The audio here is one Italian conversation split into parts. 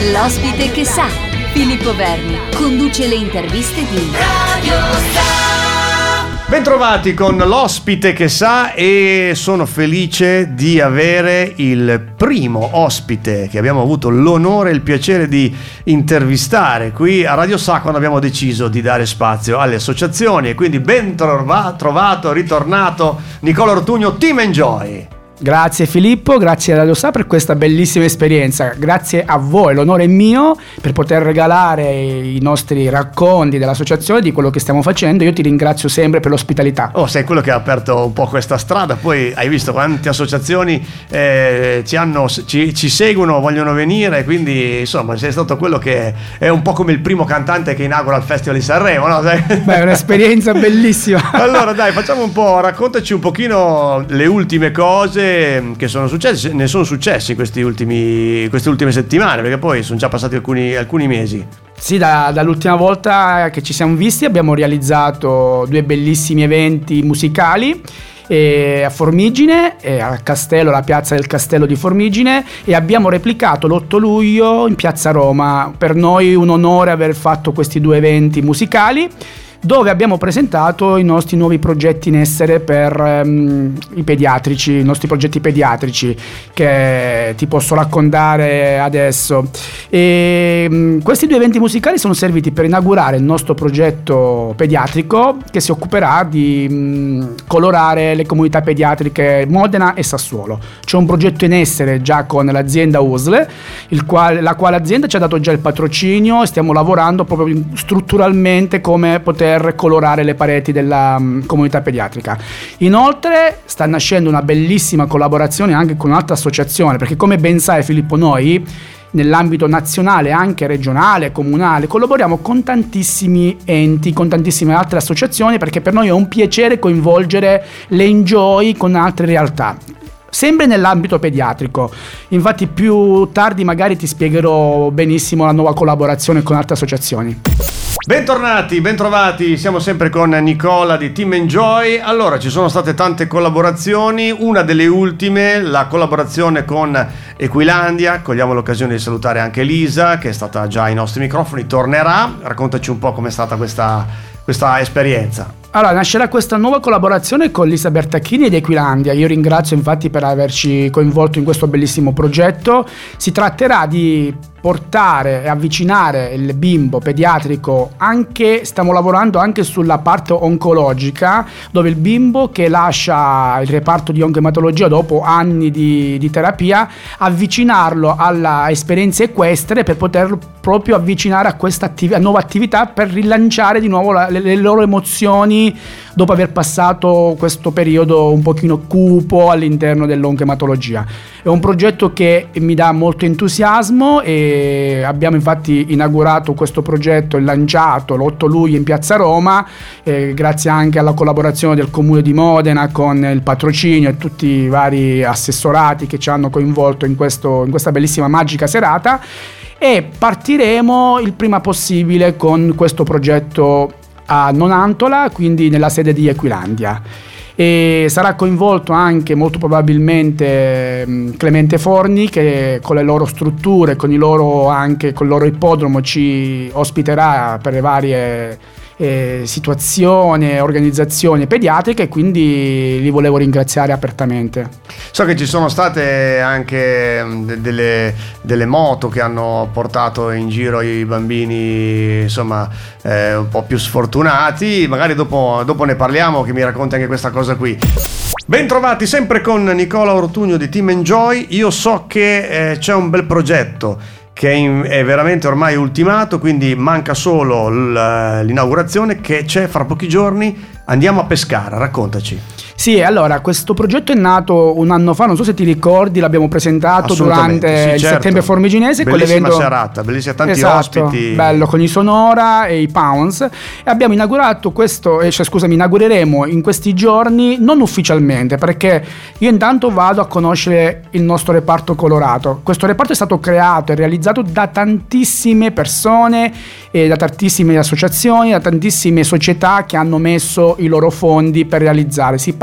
L'ospite che sa. Filippo Verni conduce le interviste di Radio Sa. Bentrovati con l'ospite che sa, e sono felice di avere il primo ospite che abbiamo avuto l'onore e il piacere di intervistare qui a Radio Sa, quando abbiamo deciso di dare spazio alle associazioni. E quindi ben trovato, ritornato Nicola Ortugno, Team Enjoy. Grazie Filippo, grazie a Radio Sa per questa bellissima esperienza, grazie a voi, l'onore è mio per poter regalare i nostri racconti dell'associazione, di quello che stiamo facendo. Io ti ringrazio sempre per l'ospitalità. Sei quello che ha aperto un po' questa strada, poi hai visto quante associazioni ci seguono, vogliono venire, quindi insomma sei stato quello che è un po' come il primo cantante che inaugura il Festival di Sanremo, no? Beh, è un'esperienza bellissima. Allora dai, facciamo un po', raccontaci un pochino le ultime cose che sono successe, ne sono successi queste ultime settimane, perché poi sono già passati alcuni mesi. Sì, dall'ultima volta che ci siamo visti abbiamo realizzato 2 bellissimi eventi musicali a Formigine, al castello, la piazza del castello di Formigine, e abbiamo replicato l'8 luglio in piazza Roma. Per noi un onore aver fatto questi 2 eventi musicali, dove abbiamo presentato i nostri nuovi progetti in essere per i pediatrici, i nostri progetti pediatrici, che ti posso raccontare adesso. Questi 2 eventi musicali sono serviti per inaugurare il nostro progetto pediatrico, che si occuperà di colorare le comunità pediatriche Modena e Sassuolo. C'è un progetto in essere già con l'azienda USL, la quale azienda ci ha dato già il patrocinio, e stiamo lavorando proprio strutturalmente come poter colorare le pareti della comunità pediatrica. Inoltre sta nascendo una bellissima collaborazione anche con un'altra associazione, perché come ben sai Filippo, noi nell'ambito nazionale, anche regionale, comunale, collaboriamo con tantissimi enti, con tantissime altre associazioni, perché per noi è un piacere coinvolgere le Enjoy con altre realtà, sempre nell'ambito pediatrico. Infatti più tardi magari ti spiegherò benissimo la nuova collaborazione con altre associazioni. Bentornati, bentrovati, siamo sempre con Nicola di Team Enjoy. Allora, ci sono state tante collaborazioni, una delle ultime, la collaborazione con Equilandia. Cogliamo l'occasione di salutare anche Elisa, che è stata già ai nostri microfoni, tornerà. Raccontaci un po' com'è stata questa esperienza. Allora, nascerà questa nuova collaborazione con Lisa Bertacchini ed Equilandia. Io ringrazio infatti per averci coinvolto in questo bellissimo progetto. Si tratterà di portare e avvicinare il bimbo pediatrico, stiamo lavorando anche sulla parte oncologica, dove il bimbo che lascia il reparto di oncoematologia dopo anni di terapia, avvicinarlo alla esperienza equestre per poterlo proprio avvicinare a questa nuova attività, per rilanciare di nuovo le loro emozioni dopo aver passato questo periodo un pochino cupo all'interno dell'oncoematologia. È un progetto che mi dà molto entusiasmo, e abbiamo infatti inaugurato questo progetto e lanciato l'8 luglio in piazza Roma, grazie anche alla collaborazione del comune di Modena con il patrocinio e tutti i vari assessorati che ci hanno coinvolto in questa bellissima magica serata, e partiremo il prima possibile con questo progetto a Nonantola, quindi nella sede di Equilandia. E sarà coinvolto anche molto probabilmente Clemente Forni, che con le loro strutture, con il loro ippodromo ci ospiterà per le varie situazioni, organizzazioni pediatriche, e quindi li volevo ringraziare apertamente. So che ci sono state anche delle moto che hanno portato in giro i bambini, insomma, un po' più sfortunati. Magari dopo ne parliamo, che mi racconti anche questa cosa qui. Bentrovati sempre con Nicola Ortugno di Team Enjoy. Io so che c'è un bel progetto che è veramente ormai ultimato, quindi manca solo l'inaugurazione, che c'è fra pochi giorni. Andiamo a Pescara, raccontaci. Sì, allora, questo progetto è nato un anno fa, non so se ti ricordi, l'abbiamo presentato durante il settembre formiginese. Bellissima serata, bellissima, tanti ospiti. Bello, con i Sonora e i Pounds. E abbiamo inaugurato inaugureremo in questi giorni, non ufficialmente, perché io intanto vado a conoscere il nostro reparto colorato. Questo reparto è stato creato e realizzato da tantissime persone, da tantissime associazioni, da tantissime società che hanno messo i loro fondi per realizzare. Si parla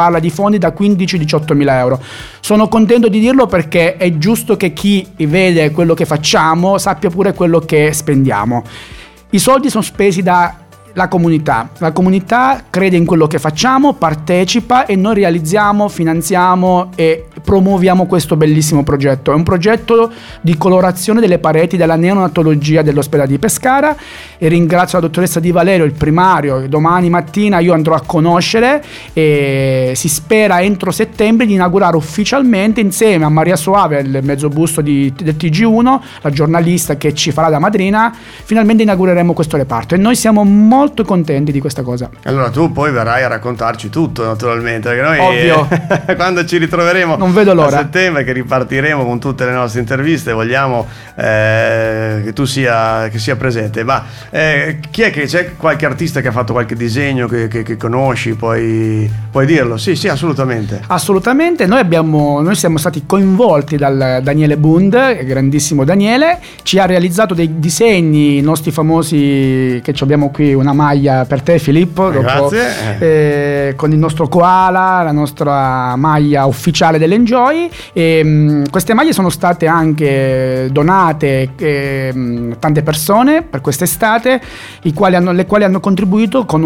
parla di fondi da 15-18 mila euro. Sono contento di dirlo perché è giusto che chi vede quello che facciamo sappia pure quello che spendiamo. I soldi sono spesi la comunità crede in quello che facciamo, partecipa e noi realizziamo, finanziamo e promuoviamo questo bellissimo progetto. È un progetto di colorazione delle pareti della neonatologia dell'ospedale di Pescara e ringrazio la dottoressa Di Valerio, il primario. Domani mattina io andrò a conoscere e si spera entro settembre di inaugurare ufficialmente insieme a Maria Soave, il mezzobusto del TG1, la giornalista che ci farà da madrina. Finalmente inaugureremo questo reparto e noi siamo molto contenti di questa cosa. Allora tu poi verrai a raccontarci tutto, naturalmente, perché noi ovvio quando ci ritroveremo non vedo l'ora a settembre, che ripartiremo con tutte le nostre interviste, vogliamo che tu sia presente. Ma chi è che c'è qualche artista che ha fatto qualche disegno che conosci? Puoi dirlo? Sì, assolutamente. Noi siamo stati coinvolti dal Daniele Bund, grandissimo Daniele, ci ha realizzato dei disegni, i nostri famosi, che abbiamo qui una maglia per te, Filippo, grazie. Con il nostro koala, la nostra maglia ufficiale dell'Enjoy. Queste maglie sono state anche donate tante persone per quest'estate, le quali hanno contribuito con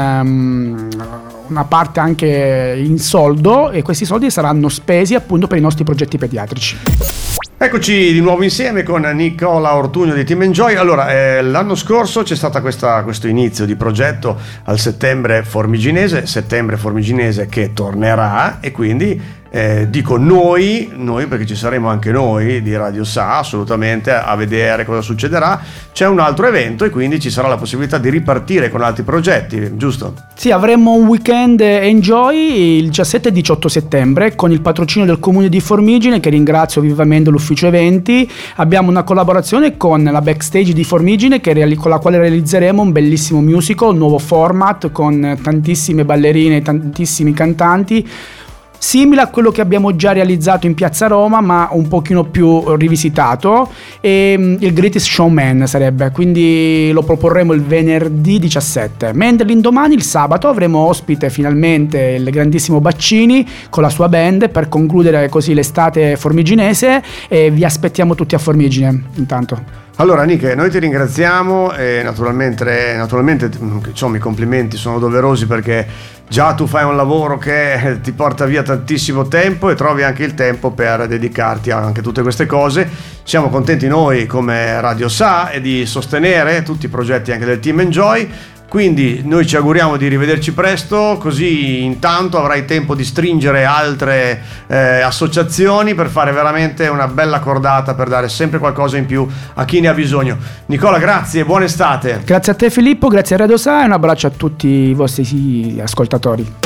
una parte anche in soldo, e questi soldi saranno spesi appunto per i nostri progetti pediatrici. Eccoci di nuovo insieme con Nicola Ortugno di Team Enjoy. Allora, l'anno scorso c'è stato questo inizio di progetto al settembre formiginese che tornerà, e quindi dico noi perché ci saremo anche noi di Radio Sa assolutamente a vedere cosa succederà. C'è un altro evento e quindi ci sarà la possibilità di ripartire con altri progetti, giusto? Sì, avremo un weekend Enjoy il 17 e 18 settembre con il patrocinio del Comune di Formigine, che ringrazio vivamente l'ufficio eventi. Abbiamo una collaborazione con la Backstage di Formigine con la quale realizzeremo un bellissimo musical, un nuovo format con tantissime ballerine e tantissimi cantanti, simile a quello che abbiamo già realizzato in Piazza Roma, ma un pochino più rivisitato, e il Greatest Showman sarebbe, quindi lo proporremo il venerdì 17, mentre l'indomani, il sabato, avremo ospite finalmente il grandissimo Baccini con la sua band per concludere così l'estate formiginese, e vi aspettiamo tutti a Formigine intanto. Allora Nick, noi ti ringraziamo e naturalmente insomma, i complimenti sono doverosi, perché già tu fai un lavoro che ti porta via tantissimo tempo e trovi anche il tempo per dedicarti a anche tutte queste cose. Siamo contenti noi come Radio Sa e di sostenere tutti i progetti anche del Team Enjoy. Quindi noi ci auguriamo di rivederci presto, così intanto avrai tempo di stringere altre associazioni per fare veramente una bella cordata, per dare sempre qualcosa in più a chi ne ha bisogno. Nicola, grazie e buona estate. Grazie a te Filippo, grazie a Radio Sa e un abbraccio a tutti i vostri ascoltatori.